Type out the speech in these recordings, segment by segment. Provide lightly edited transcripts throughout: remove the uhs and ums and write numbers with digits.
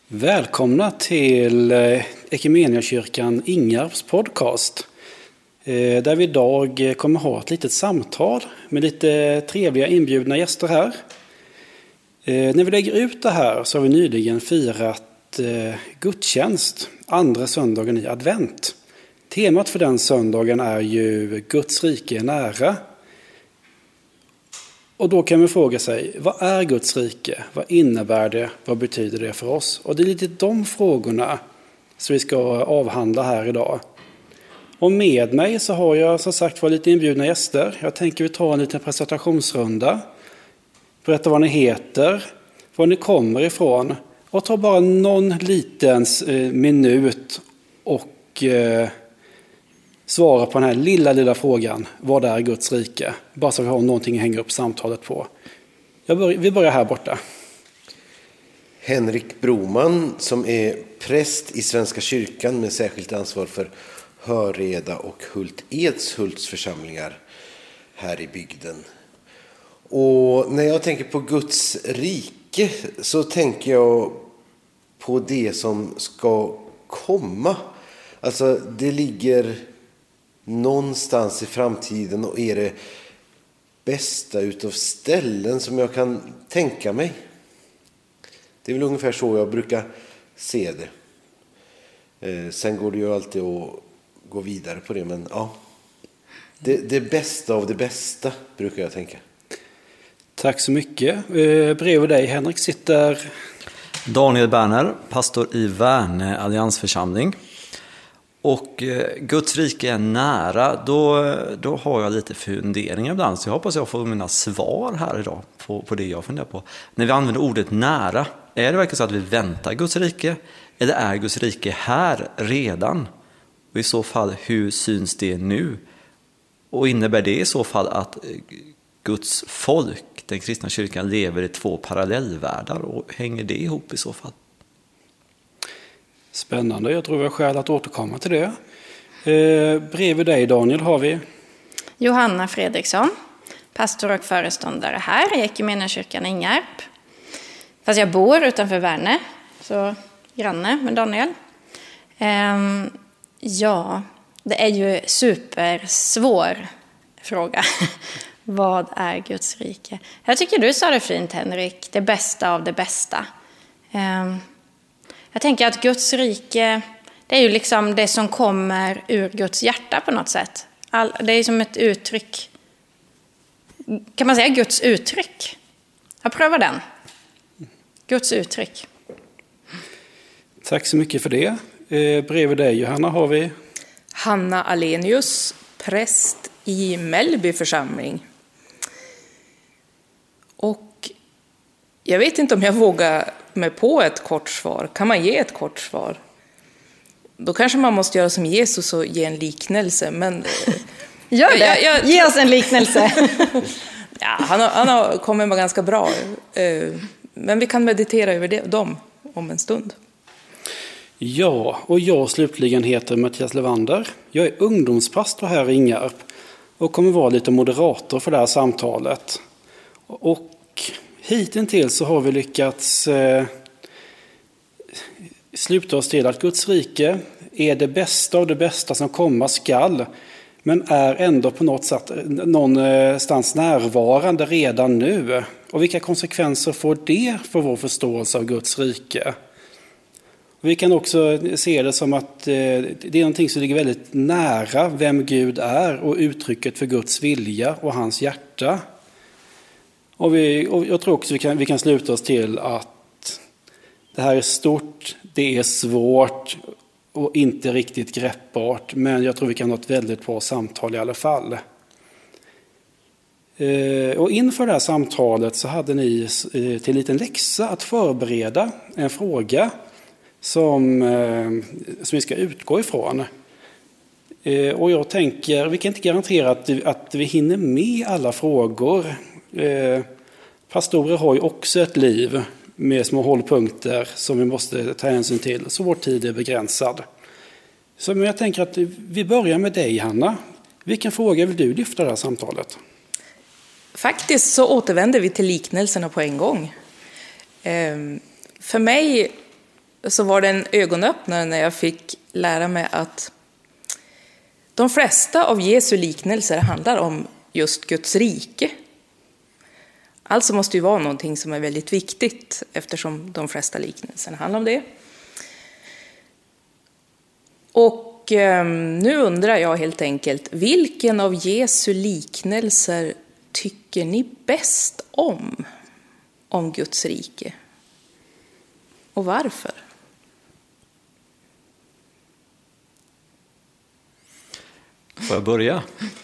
Välkomna till Equmeniakyrkan Ingarps podcast. Där vi idag kommer ha ett litet samtal med lite trevliga inbjudna gäster här. När vi lägger ut det här så har vi nyligen firat gudstjänst, andra söndagen i advent. Temat för den söndagen är ju Guds rike är nära. Och då kan man fråga sig, vad är Guds rike? Vad innebär det? Vad betyder det för oss? Och det är lite de frågorna som vi ska avhandla här idag. Och med mig så har jag som sagt var lite inbjudna gäster. Jag tänker vi tar en liten presentationsrunda. Berätta vad ni heter, var ni kommer ifrån. Och ta bara någon liten minut och svara på den här lilla frågan. Vad är Guds rike? Bara så vi har någonting att hänga upp samtalet på. Vi börjar här borta. Henrik Broman som är präst i Svenska kyrkan med särskilt ansvar för Hörreda och Hult-Edshults församlingar här i bygden. Och när jag tänker på Guds rike så tänker jag på det som ska komma. Alltså det ligger någonstans i framtiden och är det bästa utav ställen som jag kan tänka mig. Det är väl ungefär så jag brukar se det. Sen går det ju alltid att gå vidare på det, men ja. Det bästa av det bästa brukar jag tänka. Tack så mycket. Bredvid dig Henrik sitter Daniel Berner, pastor i Värne alliansförsamling. Och Guds rike är nära, då har jag lite funderingar ibland. Så jag hoppas jag får mina svar här idag på det jag funderar på. När vi använder ordet nära, är det verkligen så att vi väntar Guds rike? Eller är Guds rike här redan? Och i så fall, hur syns det nu? Och innebär det i så fall att Guds folk, den kristna kyrkan, lever i två parallellvärldar? Och hänger det ihop i så fall? Spännande, jag tror vi har skäl att återkomma till det. Bredvid dig Daniel har vi Johanna Fredriksson, pastor och föreståndare här i Equmeniakyrkan Ingarp. Fast jag bor utanför Värne, så granne med Daniel. Ja, det är ju supersvår fråga. Vad är Guds rike? Jag tycker du sa det fint, Henrik. Det bästa av det bästa. Jag tänker att Guds rike, det är ju liksom det som kommer ur Guds hjärta på något sätt. Det är som ett uttryck. Kan man säga Guds uttryck? Jag prövar den. Guds uttryck. Tack så mycket för det. Bredvid dig Johanna har vi Hanna Alenius, präst i Mellby församling. Och jag vet inte om jag vågar mig på ett kort svar. Kan man ge ett kort svar? Då kanske man måste göra som Jesus och ge en liknelse. Men gör det. Ge oss en liknelse. Ja, han har kommit med ganska bra. Men vi kan meditera över dem om en stund. Ja, och jag slutligen heter Mattias Levander. Jag är ungdomspastor här i Ingarp och kommer vara lite moderator för det här samtalet. Och hittills så har vi lyckats sluta oss till att Guds rike är det bästa av det bästa som komma skall, men är ändå på något sätt någonstans närvarande redan nu. Och vilka konsekvenser får det för vår förståelse av Guds rike? Vi kan också se det som att det är någonting som ligger väldigt nära vem Gud är och uttrycket för Guds vilja och hans hjärta. Och jag tror också vi kan sluta oss till att det här är stort, det är svårt och inte riktigt greppbart. Men jag tror vi kan ha ett väldigt bra samtal i alla fall. Och inför det här samtalet så hade ni till en liten läxa att förbereda en fråga som vi ska utgå ifrån. Och jag tänker, vi kan inte garantera att vi hinner med alla frågor. Pastorer har ju också ett liv med små hållpunkter som vi måste ta hänsyn till, så vår tid är begränsad. Så men jag tänker att vi börjar med dig, Hanna. Vilken fråga vill du lyfta det här samtalet? Faktiskt så återvänder vi till liknelserna på en gång. För mig så var det en ögonöppnare när jag fick lära mig att de flesta av Jesu liknelser handlar om just Guds rike. Alltså måste ju vara någonting som är väldigt viktigt eftersom de flesta liknelserna handlar om det. Och nu undrar jag helt enkelt, vilken av Jesu liknelser tycker ni bäst om Guds rike? Och varför? Får jag börja?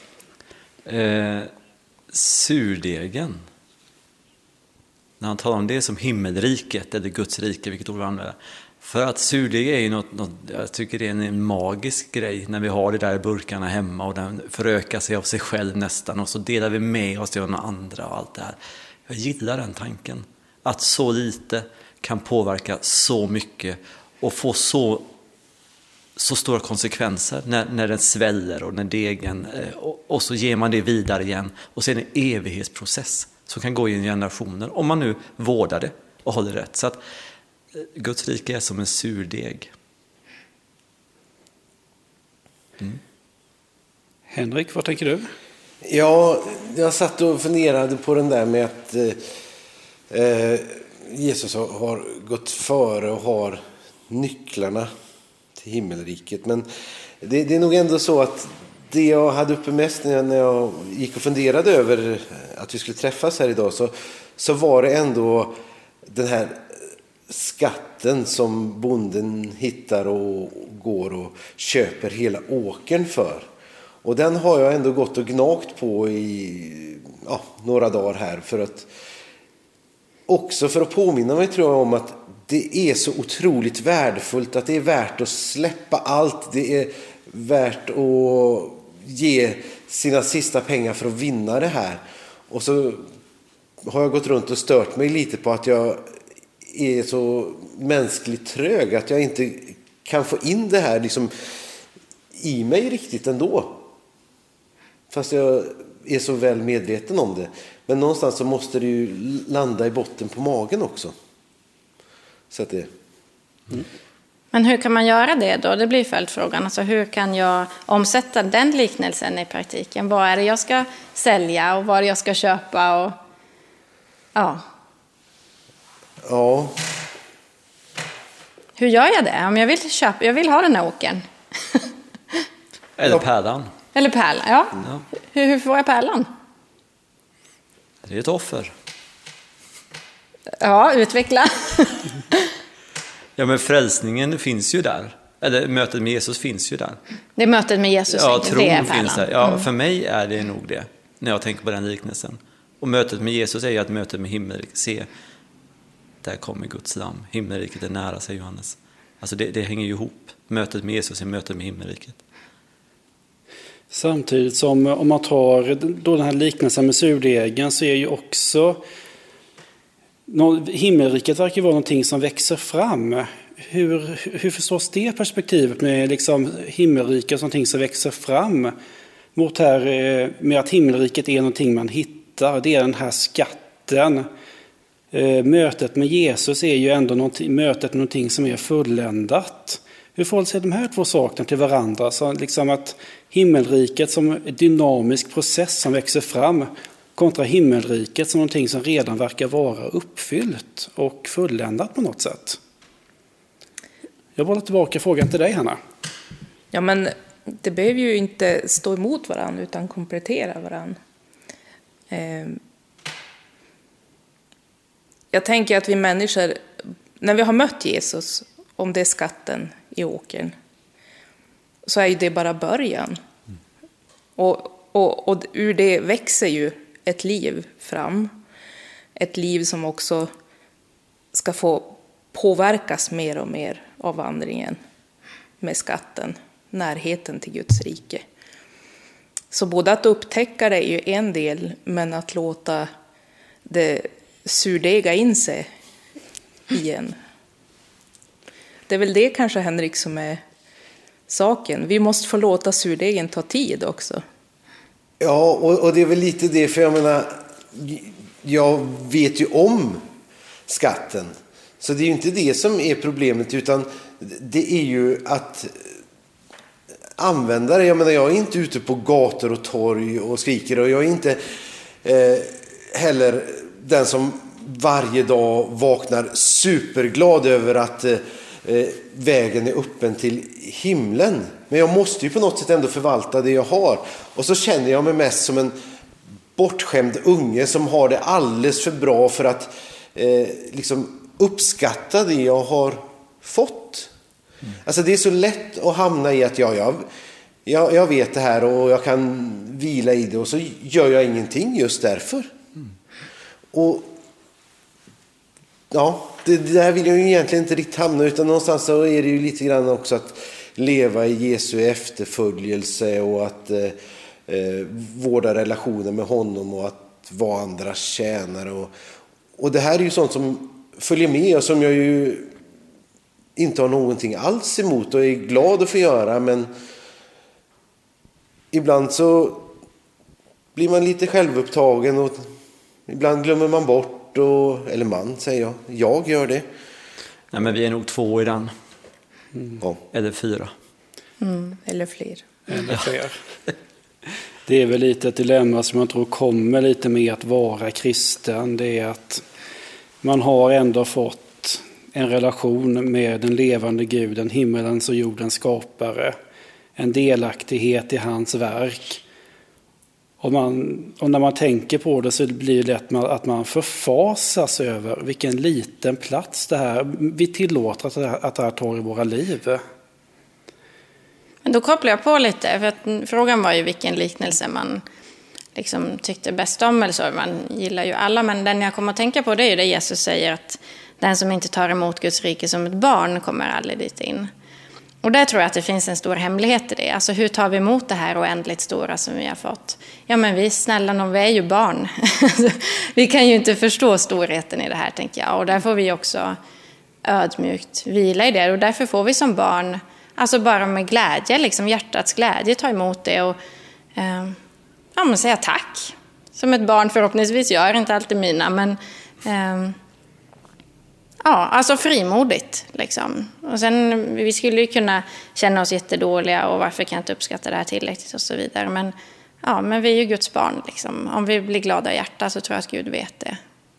Surdegen. När han talar om det som himmelriket eller Guds rike, vilket ord vi använder. För att surdeg är ju något, jag tycker det är en magisk grej när vi har det där i burkarna hemma och den förökar sig av sig själv nästan och så delar vi med oss till några andra och allt det här. Jag gillar den tanken. Att så lite kan påverka så mycket och få så stora konsekvenser när den sväller och när degen och så ger man det vidare igen och sen en evighetsprocess som kan gå i generationer om man nu vårdar det och håller rätt. Så att Guds rike är som en surdeg. Henrik, vad tänker du? Ja, jag satt och funderade på den där med att Jesus har gått före och har nycklarna till himmelriket. Men det är nog ändå så att det jag hade uppe mest när jag gick och funderade över att vi skulle träffas här idag så var det ändå den här skatten som bonden hittar och går och köper hela åkern för. Och den har jag ändå gått och gnagt på i några dagar här också för att påminna mig, tror jag, om att det är så otroligt värdefullt, att det är värt att släppa allt. Det är värt att ge sina sista pengar för att vinna det här. Och så har jag gått runt och stört mig lite på att jag är så mänskligt trög att jag inte kan få in det här liksom i mig riktigt ändå. Fast jag är så väl medveten om det. Men någonstans så måste det ju landa i botten på magen också. Så att det... Men hur kan man göra det då? Det blir följdfrågan. Alltså hur kan jag omsätta den liknelsen i praktiken? Vad är det jag ska sälja och vad jag ska köpa? Och... Ja. Hur gör jag det? Om jag vill ha den här åkern. Eller pärlan. Eller pärlan, ja. Hur får jag pärlan? Det är ett offer. Ja, utveckla. Ja, men frälsningen finns ju där. Eller mötet med Jesus finns ju där. Det är mötet med Jesus. Ja, tron det är finns där. Ja, för mig är det nog det. När jag tänker på den liknelsen. Och mötet med Jesus är ju att mötet med himmelriket. Se, där kommer Guds lamm. Himmelriket är nära, säger Johannes. Alltså det hänger ju ihop. Mötet med Jesus är mötet med himmelriket. Samtidigt som om man tar då den här liknelsen med surdegen så är ju också himmelriket verkar vara någonting som växer fram. Hur förstås det perspektivet med liksom himmelriket som någonting som växer fram mot här med att himmelriket är någonting man hittar, det är den här skatten. Mötet med Jesus är ju ändå mötet med någonting som är fulländat. Hur förhåller sig de här två sakerna till varandra? Så liksom att himmelriket som en dynamisk process som växer fram kontra himmelriket som någonting som redan verkar vara uppfyllt och fulländat på något sätt. Jag bollar tillbaka frågan till dig, Hanna. Ja, men det behöver ju inte stå emot varandra utan komplettera varandra. Jag tänker att vi människor, när vi har mött Jesus, om det är skatten i åkern, så är ju det bara början. Och ur det växer ju ett liv fram. Ett liv som också ska få påverkas mer och mer av vandringen med skatten, närheten till Guds rike. Så både att upptäcka det är ju en del, men att låta det surdega in sig igen. Det är väl det kanske, Henrik, som är saken. Vi måste få låta surdegen ta tid också. Ja, och det är väl lite det, för jag menar, jag vet ju om skatten Så det är ju inte det som är problemet, utan det är ju att användare, jag menar, jag är inte ute på gator och torg och skriker, och jag är inte heller den som varje dag vaknar superglad över att vägen är öppen till himlen. Men jag måste ju på något sätt ändå förvalta det jag har. Och så känner jag mig mest som en bortskämd unge som har det alldeles för bra för att liksom uppskatta det jag har fått. Alltså det är så lätt att hamna i att jag vet det här och jag kan vila i det, och så gör jag ingenting just därför. Och ja, det där vill jag ju egentligen inte riktigt hamna, utan någonstans så är det ju lite grann också att leva i Jesu efterföljelse och att vårda relationer med honom och att vara andras tjänare. Och det här är ju sånt som följer med och som jag ju inte har någonting alls emot och är glad att få göra, men ibland så blir man lite självupptagen och ibland glömmer man bort, eller man säger jag gör det. Nej, men vi är nog 2 i den. Ja. Eller 4. Eller fler. Eller fler. Det är väl lite ett dilemma som jag tror kommer lite med att vara kristen. Det är att man har ändå fått en relation med den levande Guden, himmelens och jordens skapare. En delaktighet i hans verk. Och när man tänker på det så blir det lätt att man förfasas över vilken liten plats det här vi tillåter att det här tar i våra liv. Men då kopplar jag på lite, för att frågan var ju vilken liknelse man liksom tyckte bäst om eller så. Man gillar ju alla, men den jag kommer att tänka på det är ju det Jesus säger, att den som inte tar emot Guds rike som ett barn kommer aldrig dit in. Och där tror jag att det finns en stor hemlighet i det. Alltså hur tar vi emot det här oändligt stora som vi har fått? Ja, men vi är ju barn. Vi kan ju inte förstå storheten i det här, tänker jag. Och där får vi också ödmjukt vila i det. Och därför får vi som barn, alltså bara med glädje, liksom hjärtats glädje, ta emot det och säga tack. Som ett barn förhoppningsvis gör, inte alltid mina, men alltså frimodigt liksom. Och sen, vi skulle ju kunna känna oss jättedåliga och varför kan jag inte uppskatta det här tillräckligt och så vidare. Men vi är ju Guds barn liksom. Om vi blir glada i hjärta så tror jag att Gud vet det.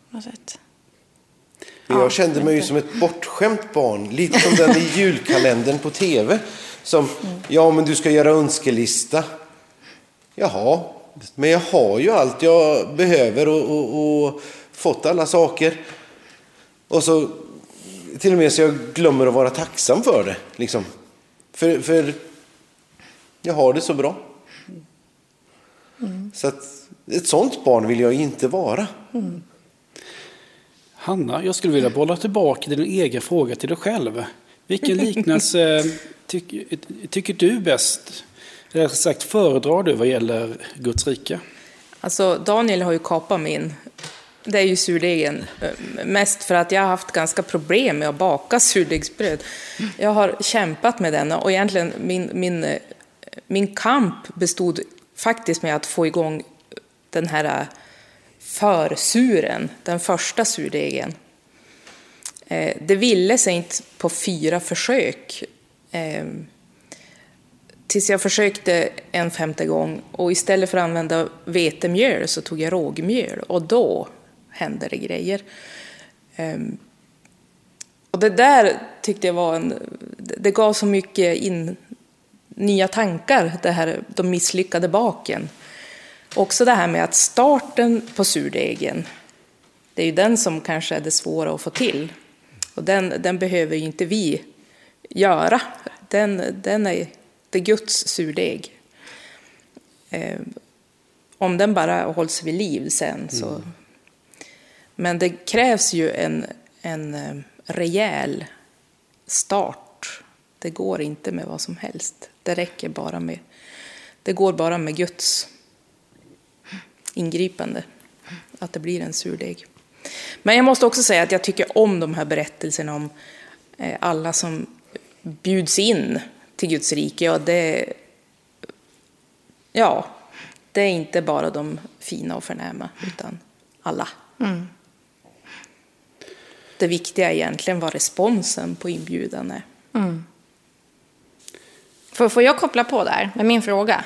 Jag kände mig ju som ett bortskämt barn, lite som den i julkalendern på tv. Som, men du ska göra önskelista. Jaha, men jag har ju allt jag behöver och fått alla saker. Och så till och med så jag glömmer att vara tacksam för det. Liksom. För jag har det så bra. Så att ett sånt barn vill jag inte vara. Hanna, jag skulle vilja bolla tillbaka din egen fråga till dig själv. Vilken liknelse tycker du bäst? Eller sagt, föredrar du vad gäller Guds rike? Alltså Daniel har ju kapat min. Det är ju surdegen. Mest för att jag har haft ganska problem med att baka surdegsbröd. Jag har kämpat med den och egentligen min kamp bestod faktiskt med att få igång den här försuren, den första surdegen. Det ville sig inte på 4 försök. Tills jag försökte en 5:e gång och istället för att använda vetemjöl så tog jag rågmjöl och då hände det grejer. Och det där tyckte jag det gav så mycket nya tankar, de misslyckade baken. Också det här med att starten på surdegen, det är ju den som kanske är det svåra att få till. Och den behöver ju inte vi göra. Den är Guds surdeg. Om den bara hålls vid liv sen så. Men det krävs ju en rejäl start. Det går inte med vad som helst. Det går bara med Guds ingripande att det blir en surdeg. Men jag måste också säga att jag tycker om de här berättelserna om alla som bjuds in till Guds rike. Och det är inte bara de fina och förnäma utan alla. det viktiga är egentligen vad responsen på inbjudan är. Får jag koppla på där med min fråga?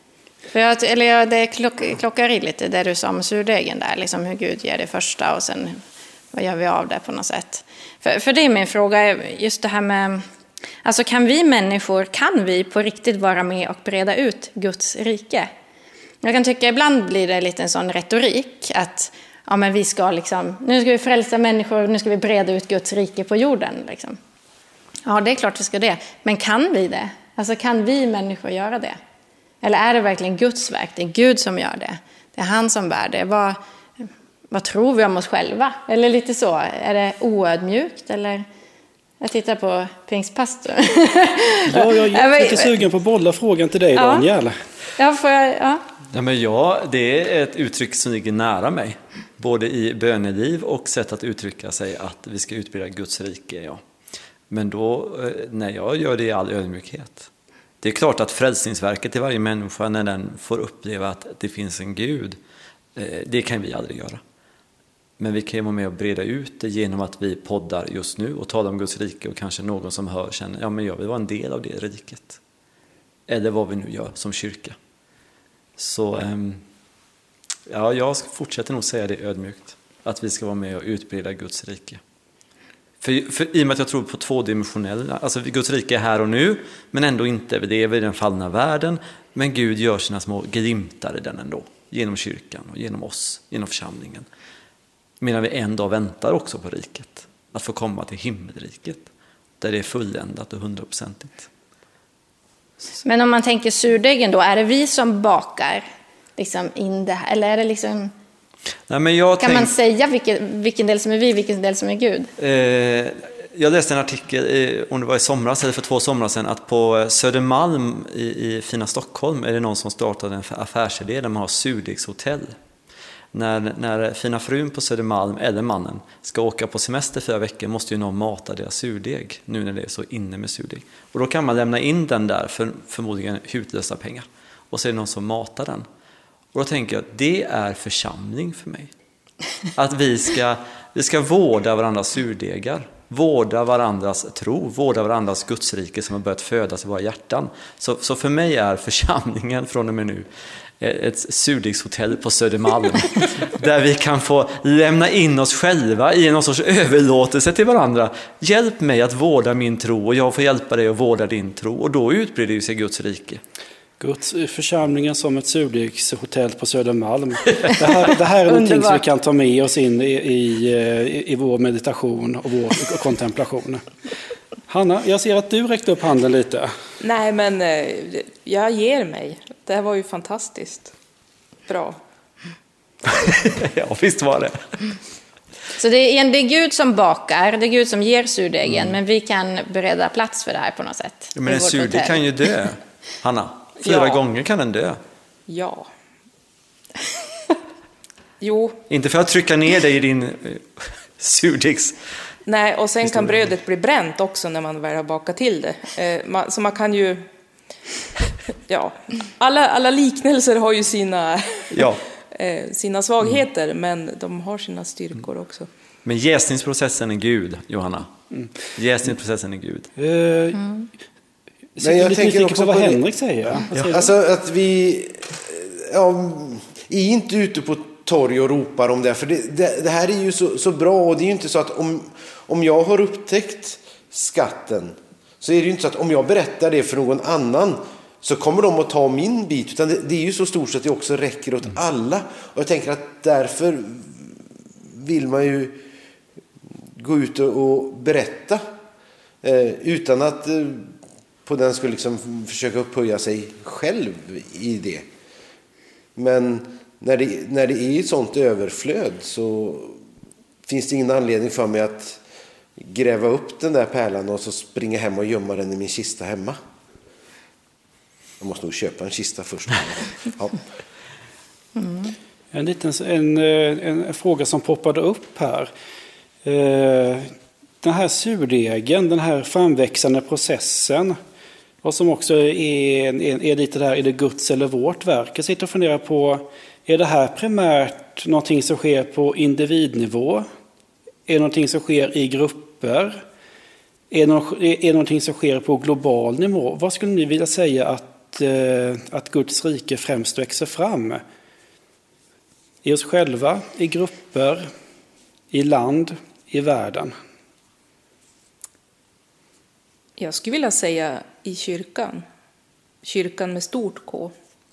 För det klockar i lite det du sa om surdegen där, liksom hur Gud ger det första och sen vad gör vi av det på något sätt. För det är min fråga, just det här med, alltså kan vi på riktigt vara med och breda ut Guds rike? Jag kan tycka ibland blir det lite en sån retorik att ja, men vi ska liksom, nu ska vi frälsa människor, nu ska vi breda ut Guds rike på jorden. Liksom. Ja, det är klart vi ska det. Men kan vi det? Alltså kan vi människor göra det? Eller är det verkligen Guds verk? Det är Gud som gör det. Det är han som bär det. Vad tror vi om oss själva? Eller lite så. Är det oödmjukt? Eller jag tittar på pingstpastorn. Ja, jag är lite sugen på att bolla frågan till dig, Daniel. Ja, får jag... Ja. Det är ett uttryck som ligger nära mig. Både i böneliv och sätt att uttrycka sig att vi ska utbilda Guds rike. Ja. Men då, när jag gör det i all ödmjukhet. Det är klart att frälsningsverket till varje människa, när den får uppleva att det finns en Gud, det kan vi aldrig göra. Men vi kan ju vara med och breda ut det genom att vi poddar just nu och talar om Guds rike och kanske någon som hör känner, ja men jag vill vara en del av det riket. Eller vad vi nu gör som kyrka. Så jag fortsätter nog säga det ödmjukt. Att vi ska vara med och utbreda Guds rike. För i och med att jag tror på tvådimensionella, alltså Guds rike är här och nu, men ändå inte, det är i den fallna världen, men Gud gör sina små glimtar i den ändå, genom kyrkan och genom oss, genom församlingen. Medan vi en dag väntar också på riket, att få komma till himmelriket, där det är fulländat och 100%igt. Men om man tänker surdegen då, är det vi som bakar liksom in det här, eller är det liksom... Nej, men kan man säga vilken del som är vi, vilken del som är Gud? Jag läste en artikel, om det var i somras eller för 2 somrar sedan, att på Södermalm i fina Stockholm är det någon som startade en affärsidé där man har surdegshotell. När fina frun på Södermalm eller mannen ska åka på semester 4 veckor måste ju någon mata deras surdeg, nu när det är så inne med surdeg. Och då kan man lämna in den där för förmodligen hutlösa pengar. Och så är det någon som matar den. Och då tänker jag att det är församling för mig. Att vi ska vårda varandras surdegar. Vårda varandras tro. Vårda varandras gudsrike som har börjat födas i våra hjärtan. Så för mig är församlingen från och med nu ett surdegshotell på Södermalm. Där vi kan få lämna in oss själva i någon sorts överlåtelse till varandra. Hjälp mig att vårda min tro och jag får hjälpa dig att vårda din tro. Och då utbreder sig Guds rike. Guds församlingen som ett surdegshotell på Södermalm. Det här är någonting som vi kan ta med oss in i vår meditation och vår kontemplation. Hanna, jag ser att du räckte upp handen lite. Nej, men jag ger mig. Det här var ju fantastiskt bra. Ja, visst var det. Så det är Gud som bakar, det är Gud som ger surdegen, men vi kan bereda plats för det här på något sätt. Men en surdeg kan ju dö, Hanna. 4 gånger kan den dö. Ja. Jo. Inte för att trycka ner dig i din surdegs. Nej, och sen kan brödet bli bränt också när man väl har bakat till det. Så man kan ju... Ja, alla liknelser har ju sina svagheter, men de har sina styrkor också. Men jäsningsprocessen är Gud, Johanna. Jäsningsprocessen är Gud. Men jag tänker också på vad Henrik säger. Alltså att vi är inte ute på torg och ropar om det. För det här är ju så bra. Och det är ju inte så att om jag har upptäckt skatten, så är det ju inte så att om jag berättar det för någon annan så kommer de att ta min bit. Utan det är ju så stort så att det också räcker åt alla. Och jag tänker att därför vill man ju gå ut och berätta utan att på den skulle liksom försöka upphöja sig själv i det. Men när det är ett sånt överflöd så finns det ingen anledning för mig att gräva upp den där pärlan och så springa hem och gömma den i min kista hemma. Jag måste nog köpa en kista först. Ja. En fråga som poppade upp här. Den här surdegen, den här framväxande processen, och som också är lite där, är det Guds eller vårt verk? Jag sitter och funderar på, är det här primärt någonting som sker på individnivå? Är det någonting som sker i grupper? Är det någonting som sker på global nivå? Vad skulle ni vilja säga att Guds rike främst växer fram? I oss själva, i grupper, i land, i världen? Jag skulle vilja säga i kyrkan. Kyrkan med stort K.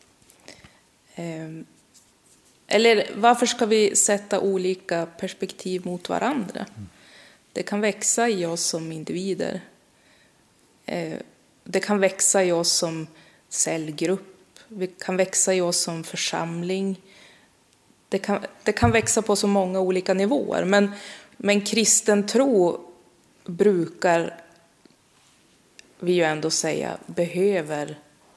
Eller varför ska vi sätta olika perspektiv mot varandra? Det kan växa i oss som individer. Det kan växa i oss som cellgrupp. Det kan växa i oss som församling. Det kan växa på så många olika nivåer. Men kristen tro brukar vi ju ändå säga behöver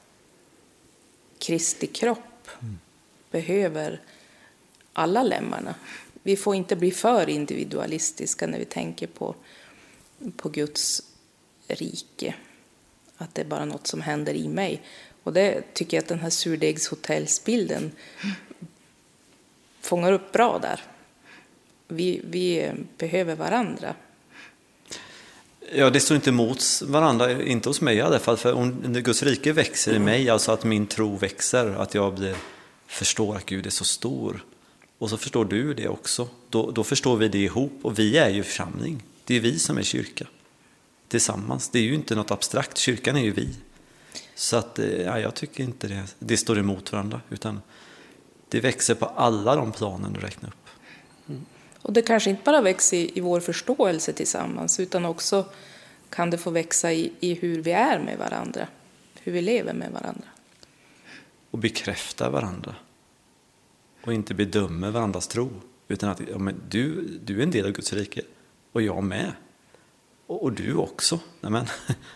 Kristi kropp. Behöver alla lemmarna. Vi får inte bli för individualistiska när vi tänker på Guds rike. Att det är bara något som händer i mig. Och det tycker jag att den här surdegshotellsbilden fångar upp bra där. Vi behöver varandra. Ja, det står inte emot varandra, inte hos mig i alla fall. För om Guds rike växer i mig, alltså att min tro växer, att jag förstår att Gud är så stor. Och så förstår du det också. Då förstår vi det ihop. Och vi är ju församling. Det är vi som är kyrka. Tillsammans. Det är ju inte något abstrakt. Kyrkan är ju vi. Så att, jag tycker inte det står emot varandra. Utan det växer på alla de planen du räknar upp. Och det kanske inte bara växer i vår förståelse tillsammans. Utan också kan det få växa i hur vi är med varandra. Hur vi lever med varandra. Och bekräfta varandra. Och inte bedöma varandras tro. Utan att du är en del av Guds rike. Och jag med. Och du också. Nämen.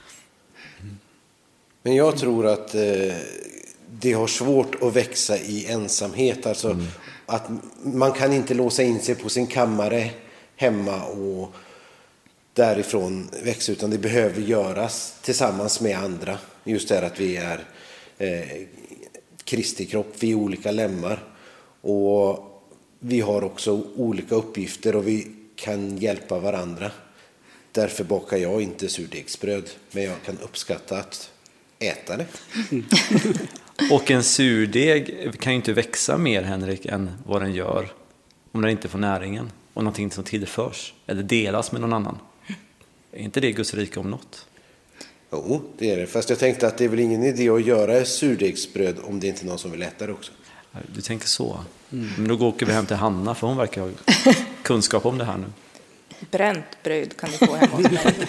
Men jag tror att det har svårt att växa i ensamhet. Alltså att man kan inte låsa in sig på sin kammare hemma och därifrån växa. Utan det behöver göras tillsammans med andra. Just det att vi är Kristi kropp. Vi är olika lemmar. Och vi har också olika uppgifter och vi kan hjälpa varandra. Därför bakar jag inte surdegsbröd, men jag kan uppskatta att äta det. Och en surdeg kan ju inte växa mer, Henrik, än vad den gör om den inte får näringen och någonting som tillförs eller delas med någon annan. Är inte det Guds rike om något? Jo, det är det. Fast jag tänkte att det är väl ingen idé att göra surdegsbröd om det inte är någon som vill äta det också. Du tänker så. Men då åker vi hem till Hanna, för hon verkar ha kunskap om det här nu. Bränt bröd kan du få hemma hos mig.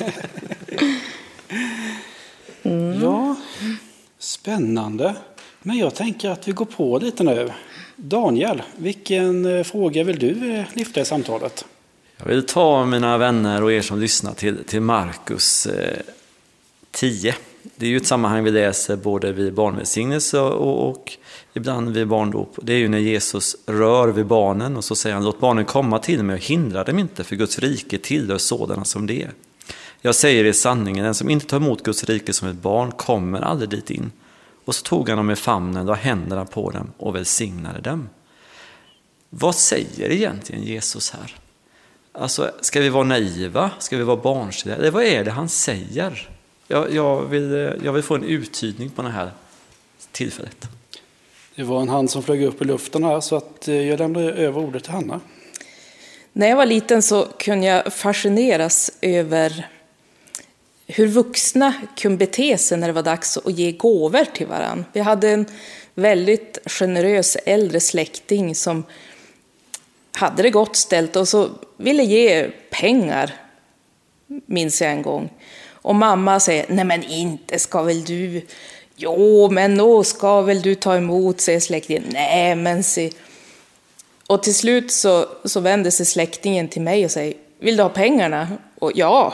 Ja, spännande. Men jag tänker att vi går på lite nu. Daniel, vilken fråga vill du lyfta i samtalet? Jag vill ta mina vänner och er som lyssnar till Markus 10. Det är ju ett sammanhang vi läser både vid barnvälsignelse och ibland vid barndop. Det är ju när Jesus rör vid barnen och så säger han: låt barnen komma till mig och hindra dem inte, för Guds rike tillhör sådana som det är. Jag säger i sanningen, den som inte tar emot Guds rike som ett barn kommer aldrig dit in. Och så tog han dem i famnen och händerna på dem och välsignade dem. Vad säger egentligen Jesus här? Alltså, ska vi vara naiva? Ska vi vara barnsliga? Eller vad är det han säger? Jag vill få en uttydning på det här tillfället. Det var en hand som flög upp i luften här, så att jag lämnar över ordet till Hanna. När jag var liten så kunde jag fascineras över hur vuxna kunde bete sig när det var dags att ge gåvor till varann. Vi hade en väldigt generös äldre släkting som hade det gott ställt och så ville ge pengar, minns jag en gång. Och mamma säger: nej men inte ska väl du... Jo, men då ska väl du ta emot, säger släktingen. Nej, men se... Och till slut så vänder sig släktingen till mig och säger: vill du ha pengarna? Och ja.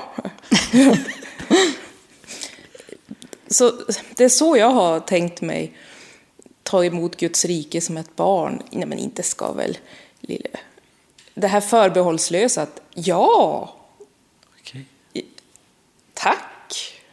Så det är så jag har tänkt mig ta emot Guds rike som ett barn. Nej, men inte ska väl lille... Det här förbehållslösa att ja. Okej. Tack.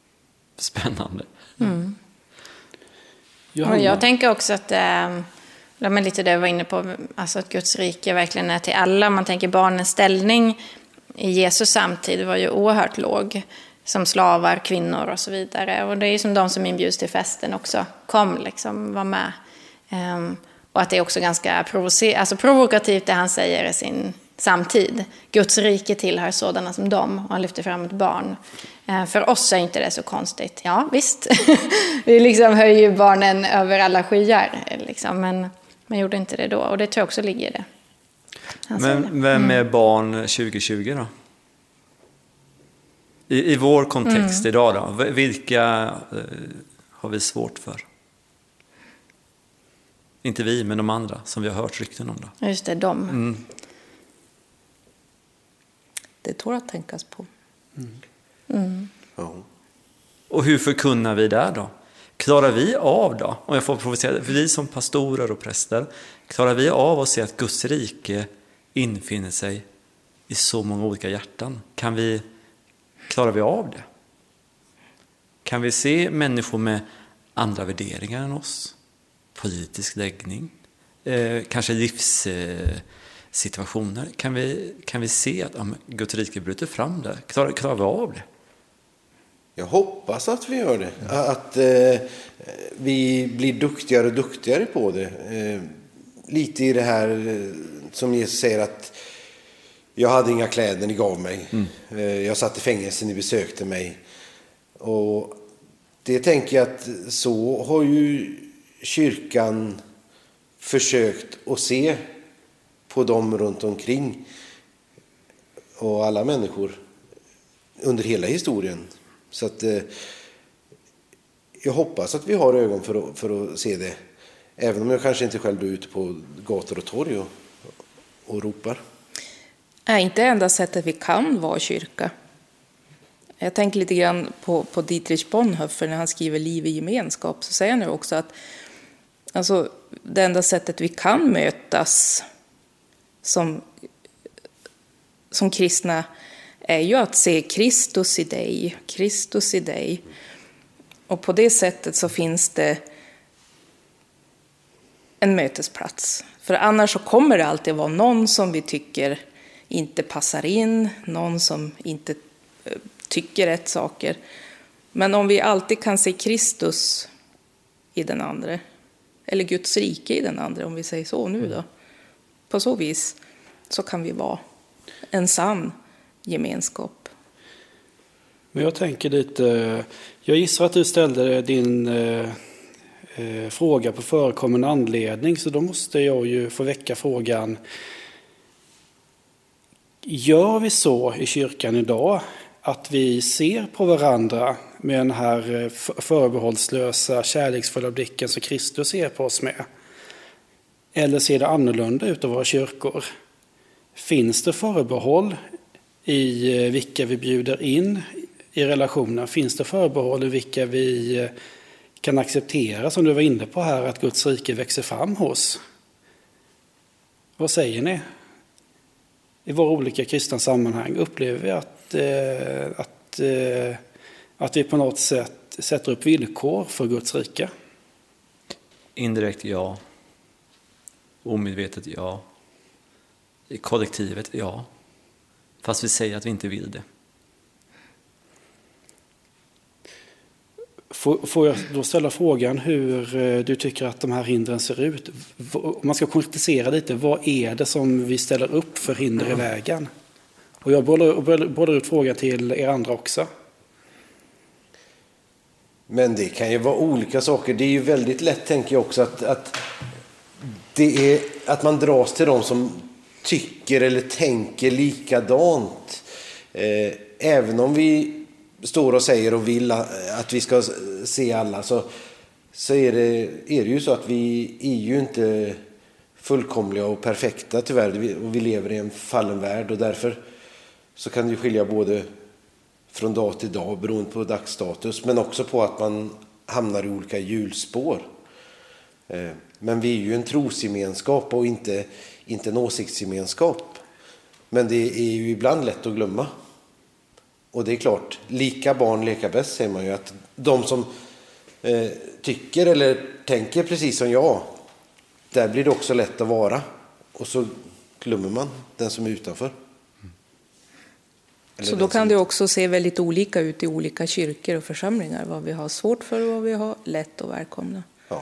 Spännande. Jag tänker också att men lite det jag var inne på, alltså att Guds rike verkligen är till alla. Man tänker barnens ställning i Jesus samtid var ju oerhört låg. Som slavar, kvinnor och så vidare. Och det är ju som de som inbjuds till festen också kom, liksom, var med. Och att det är också ganska provokativt det han säger i sin samtid. Guds rike tillhör sådana som dem. Och han lyfter fram ett barn. För oss är inte det så konstigt. Ja, visst. Vi liksom höjer ju barnen över alla skyar. Liksom. Men man gjorde inte det då. Och det tror jag också ligger i det. Men vem är barn 2020 då? I vår kontext idag då? Vilka har vi svårt för? Inte vi, men de andra som vi har hört rykten om då. Just det, de. Det tål att tänkas på. Ja. Och hur förkunnar vi där då? Klarar vi av då, om jag får provocera, för vi som pastorer och präster, klarar vi av att se att Guds rike infinner sig i så många olika hjärtan? Klarar vi av det? Kan vi se människor med andra värderingar än oss? Politisk läggning? Kanske livssituationer? Kan vi se att Guds rike bryter fram där? Klarar vi av det? Jag hoppas att vi gör det. Att vi blir duktigare och duktigare på det. Lite i det här som Jesus säger att jag hade inga kläder, ni gav mig. Jag satt i fängelse, ni besökte mig. Och det tänker jag att så har ju kyrkan försökt att se på dem runt omkring. Och alla människor under hela historien. Så att jag hoppas att vi har ögon för att se det. Även om jag kanske inte själv är ute på gator och torg och ropar. Är inte enda sättet vi kan vara kyrka. Jag tänker lite grann på Dietrich Bonhoeffer när han skriver Liv i gemenskap. Så säger han ju också att alltså, det enda sättet vi kan mötas som kristna är ju att se Kristus i dig. Kristus i dig. Och på det sättet så finns det en mötesplats. För annars så kommer det alltid vara någon som vi tycker inte passar in, någon som inte tycker rätt saker. Men om vi alltid kan se Kristus i den andra, eller Guds rike i den andra, om vi säger så nu då, på så vis så kan vi vara en sann gemenskap. Men jag tänker lite, jag gissar att du ställde din fråga på förekommen anledning, så då måste jag ju få väcka frågan. Gör vi så i kyrkan idag att vi ser på varandra med den här förbehållslösa, kärleksfulla blicken som Kristus ser på oss med? Eller ser det annorlunda ut av våra kyrkor? Finns det förbehåll i vilka vi bjuder in i relationen? Finns det förbehåll i vilka vi kan acceptera, som du var inne på här, att Guds rike växer fram hos? Vad säger ni? I våra olika kristna sammanhang upplever vi att vi på något sätt sätter upp villkor för Guds rike? Indirekt ja. Omedvetet ja. I kollektivet ja. Fast vi säger att vi inte vill det. Får jag då ställa frågan hur du tycker att de här hindren ser ut? Om man ska konkretisera lite, vad är det som vi ställer upp för hinder i vägen? Och jag bollar ut frågan till er andra också. Men det kan ju vara olika saker. Det är ju väldigt lätt, tänker jag också, att det är att man dras till dem som tycker eller tänker likadant. Även om vi står och säger och vill att vi ska se alla, så är det ju så att vi är ju inte fullkomliga och perfekta tyvärr, och vi lever i en fallen värld, och därför så kan det skilja både från dag till dag beroende på dagsstatus, men också på att man hamnar i olika hjulspår. Men vi är ju en trosgemenskap och inte en åsiktsgemenskap. Men det är ju ibland lätt att glömma. Och det är klart, lika barn leka bäst, säger man ju, att de som tycker eller tänker precis som jag där blir det också lätt att vara. Och så glömmer man den som är utanför. Så då kan det också se väldigt olika ut i olika kyrkor och församlingar. Vad vi har svårt för och vad vi har lätt att välkomna. Ja.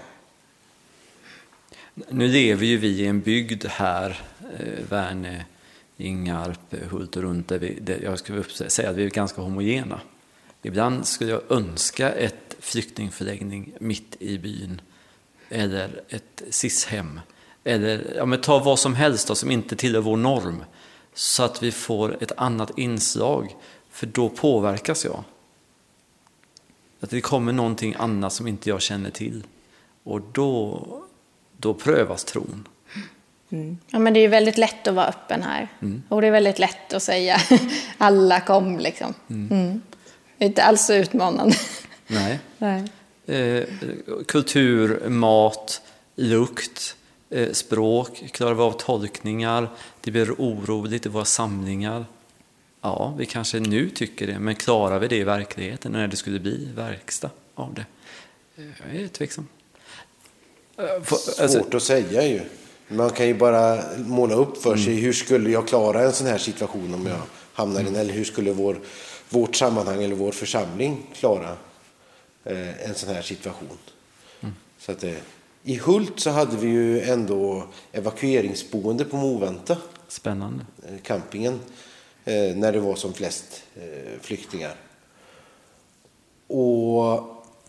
Nu lever ju vi i en bygd här, Värne, Ingarp, Hult och runt, jag skulle säga att vi är ganska homogena. Ibland skulle jag önska ett flyktingförläggning mitt i byn, eller ett SIS-hem, eller ta vad som helst då, som inte tillhör vår norm, så att vi får ett annat inslag, för då påverkas jag. Att det kommer någonting annat som inte jag känner till, och då prövas tron. Ja, men det är ju väldigt lätt att vara öppen här. Och det är väldigt lätt att säga alla kom liksom. Det är inte alls så utmanande. Nej. Nej. Kultur, mat, lukt, språk, klarar vi av tolkningar, det blir oroligt i våra samlingar. Ja, vi kanske nu tycker det, men klarar vi det i verkligheten när det skulle bli verkstad av det? Jag är tveksam. Svårt att säga ju. Man kan ju bara måla upp för sig hur skulle jag klara en sån här situation om jag hamnar i den, eller hur skulle vårt sammanhang eller vår församling klara en sån här situation. Så att i Hult så hade vi ju ändå evakueringsboende på Movanta. Spännande. Campingen, när det var som flest flyktingar. Och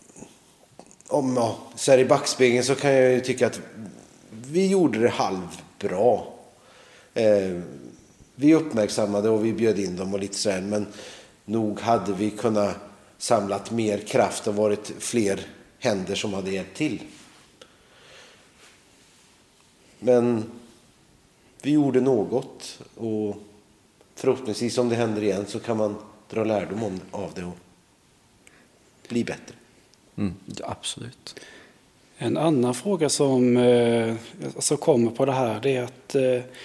så här i backspegeln så kan jag ju tycka att vi gjorde det halvbra. Vi uppmärksammade och vi bjöd in dem och lite så här, men nog hade vi kunnat samlat mer kraft och varit fler händer som hade hjälpt till. Men vi gjorde något, och förhoppningsvis om det händer igen så kan man dra lärdom av det och bli bättre. Ja, absolut. En annan fråga som kommer på det här, det är att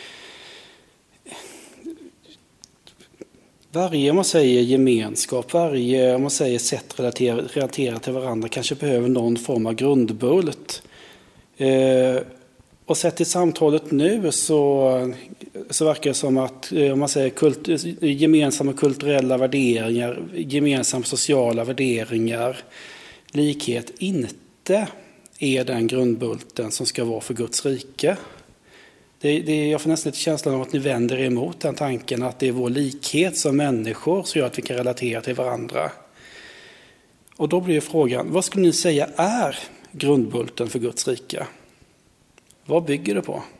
varje, om man säger gemenskap, varje, om man säger sätt relaterat till varandra, kanske behöver någon form av grundbult. Och sett till samtalet nu så verkar det som att, om man säger gemensamma kulturella värderingar, gemensamma sociala värderingar, likhet inte är den grundbulten som ska vara för Guds rike. Jag får nästan lite känslan av att ni vänder er emot den tanken, att det är vår likhet som människor som gör att vi kan relatera till varandra. Och då blir frågan, vad skulle ni säga är grundbulten för Guds rike? Vad bygger det på?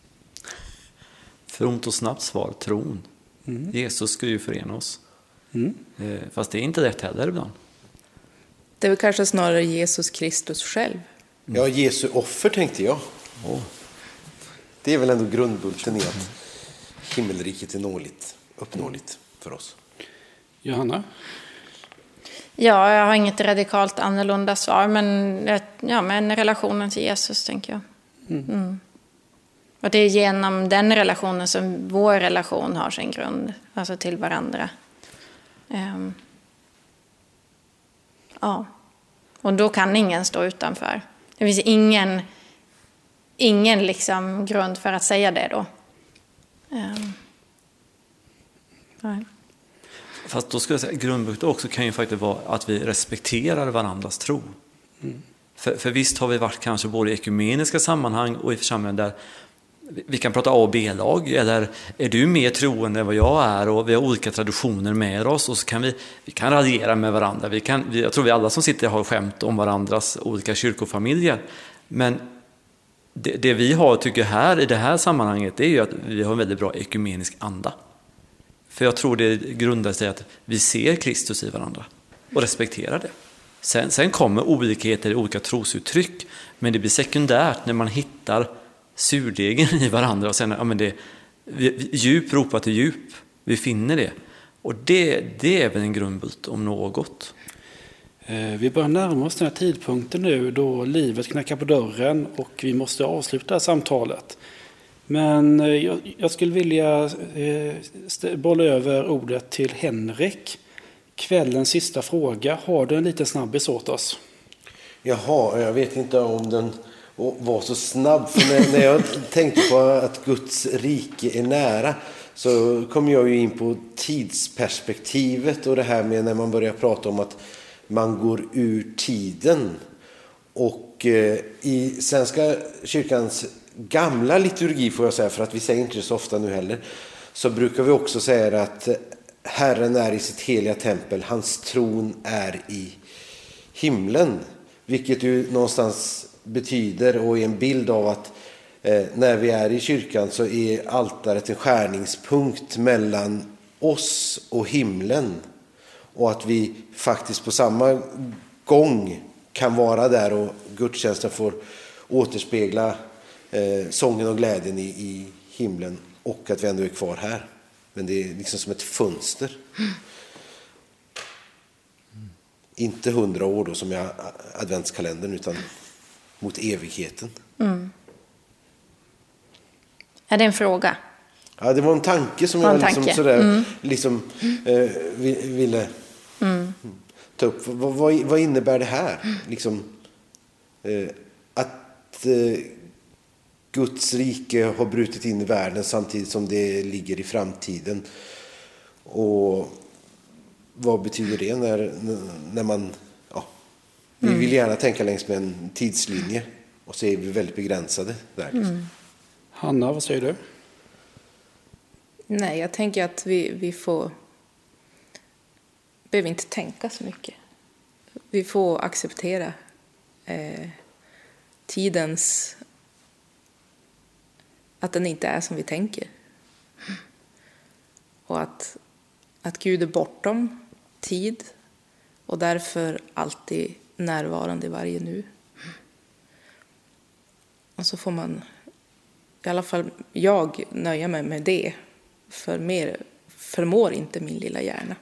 Fromt och snabbt svar, tron. Jesus ska ju förena oss. Fast det är inte rätt heller ibland. Det är väl kanske snarare Jesus Kristus själv. Ja, Jesu offer tänkte jag. Det är väl ändå grundbulten i att himmelriket är uppnåeligt för oss. Johanna? Ja, jag har inget radikalt annorlunda svar, men relationen till Jesus tänker jag. Och det är genom den relationen som vår relation har sin grund, alltså till varandra. Ja. Och då kan ingen stå utanför. Det finns ingen liksom grund för att säga det då. Nej. Fast då skulle jag säga grundbulten också kan ju faktiskt vara att vi respekterar varandras tro. För visst har vi varit kanske både i ekumeniska sammanhang och i församlingar där vi kan prata A- och B-lag, eller är du mer troende än vad jag är, och vi har olika traditioner med oss, och så kan vi kan raljera med varandra. Jag tror vi alla som sitter har skämt om varandras olika kyrkofamiljer, men det vi har tycker här i det här sammanhanget är ju att vi har en väldigt bra ekumenisk anda. För jag tror det grundar sig att vi ser Kristus i varandra och respekterar det. Sen kommer olikheter i olika trosuttryck, men det blir sekundärt när man hittar surdegen i varandra och sen djup ropar till djup. Vi finner det. Och det är väl en grundbult om något. Vi börjar närma oss den här tidpunkten nu då livet knackar på dörren och vi måste avsluta det här samtalet. Men jag skulle vilja bolla över ordet till Henrik. Kvällens sista fråga. Har du en liten snabbis åt oss? Jaha, jag vet inte och vara så snabb. För när jag tänkte på att Guds rike är nära så kom jag ju in på tidsperspektivet och det här med när man börjar prata om att man går ur tiden. Och i Svenska kyrkans gamla liturgi, får jag säga, för att vi säger inte det så ofta nu heller, så brukar vi också säga att Herren är i sitt heliga tempel, hans tron är i himlen. Vilket ju någonstans betyder och är en bild av att när vi är i kyrkan så är altaret en skärningspunkt mellan oss och himlen. Och att vi faktiskt på samma gång kan vara där och gudstjänsten får återspegla sången och glädjen i himlen och att vi ändå är kvar här. Men det är liksom som ett fönster. Inte 100 år då som i adventskalendern utan mot evigheten. Är det en fråga? Ja, det var en tanke som jag liksom sådär ville ta upp. Vad innebär det här? Liksom, att Guds rike har brutit in i världen samtidigt som det ligger i framtiden. Och vad betyder det när man... Ja, vi vill gärna tänka längs med en tidslinje och så är vi väldigt begränsade där. Liksom. Hanna, vad säger du? Nej, jag tänker att vi behöver inte tänka så mycket. Vi får acceptera tidens, att den inte är som vi tänker. Och att Gud är bortom tid och därför alltid närvarande i varje nu. Och så får man, i alla fall jag, nöja mig med det. För mer förmår inte min lilla hjärna.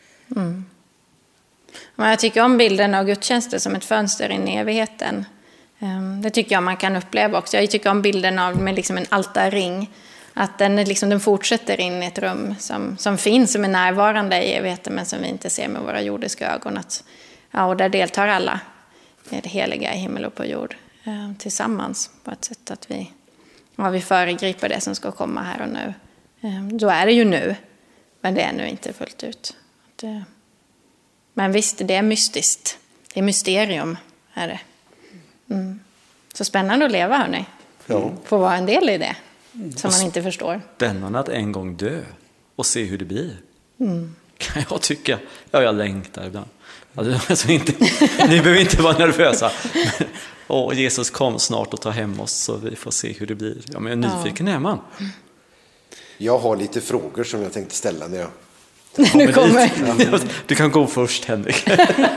Men jag tycker om bilden av gudstjänster som ett fönster in i evigheten. Det tycker jag man kan uppleva också. Jag tycker om bilden av med liksom en altarring. Att den fortsätter in i ett rum som finns, som är närvarande i evigheten men som vi inte ser med våra jordiska ögon. Och där deltar alla, det heliga i himmel och på jord, tillsammans på ett sätt att vi föregriper det som ska komma här och nu. Då är det ju nu, men det är nu inte fullt ut. Men visst, det är mystiskt. Det är mysterium, är det. Så spännande att leva, hörni. Ja. Få vara en del i det, som man inte förstår. Spännande att en gång dö och se hur det blir. Kan jag tycka. Ja, jag längtar ibland. Alltså ni behöver inte vara nervösa. Jesus kom snart och tar hem oss så vi får se hur det blir. Ja, men nyfiken är man. Jag har lite frågor som jag tänkte ställa när jag... Nu kommer. Du kan gå först, Henrik.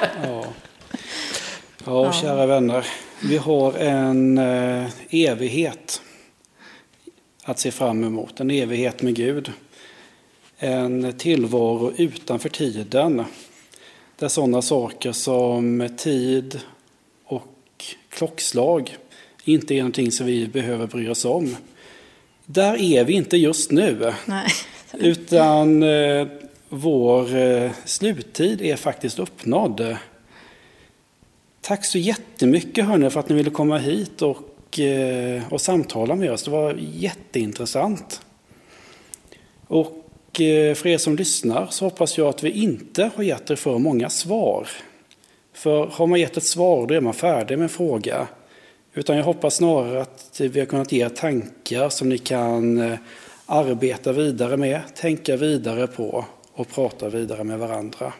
Ja, kära vänner. Vi har en evighet att se fram emot. En evighet med Gud. En tillvaro utanför tiden. Där sådana saker som tid och klockslag inte är någonting som vi behöver bry oss om. Där är vi inte just nu. Nej. Utan vår sluttid är faktiskt uppnådd. Tack så jättemycket hörni för att ni ville komma hit och samtala med oss. Det var jätteintressant. Och för er som lyssnar så hoppas jag att vi inte har gett er för många svar. För har man gett ett svar då är man färdig med en fråga. Utan jag hoppas snarare att vi har kunnat ge tankar som ni kan arbeta vidare med, tänka vidare på och prata vidare med varandra.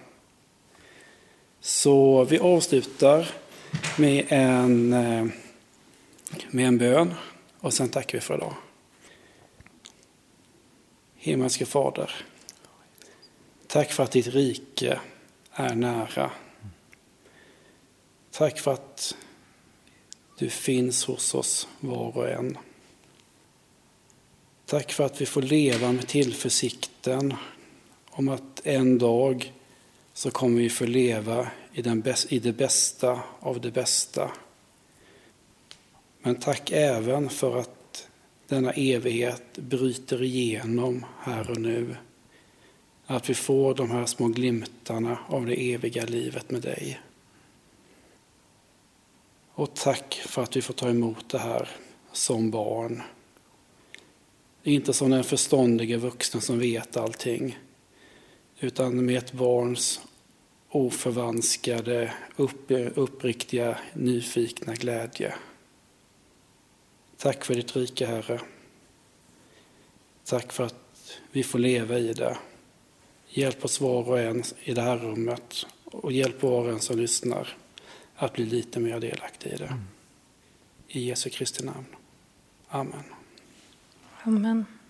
Så vi avslutar med en bön och sen tackar vi för idag. Himmelske Fader, tack för att ditt rike är nära. Tack för att du finns hos oss var och en. Tack för att vi får leva med tillförsikten om att en dag så kommer vi få leva i det bästa av det bästa. Men tack även för att denna evighet bryter igenom här och nu. Att vi får de här små glimtarna av det eviga livet med dig. Och tack för att vi får ta emot det här som barn. Inte som den förståndiga vuxna som vet allting, utan med ett barns oförvanskade, uppriktiga, nyfikna glädje. Tack för ditt rike, Herre. Tack för att vi får leva i det. Hjälp oss var och en i det här rummet och hjälp var och en som lyssnar att bli lite mer delaktig i det. I Jesu Kristi namn. Amen. Amen.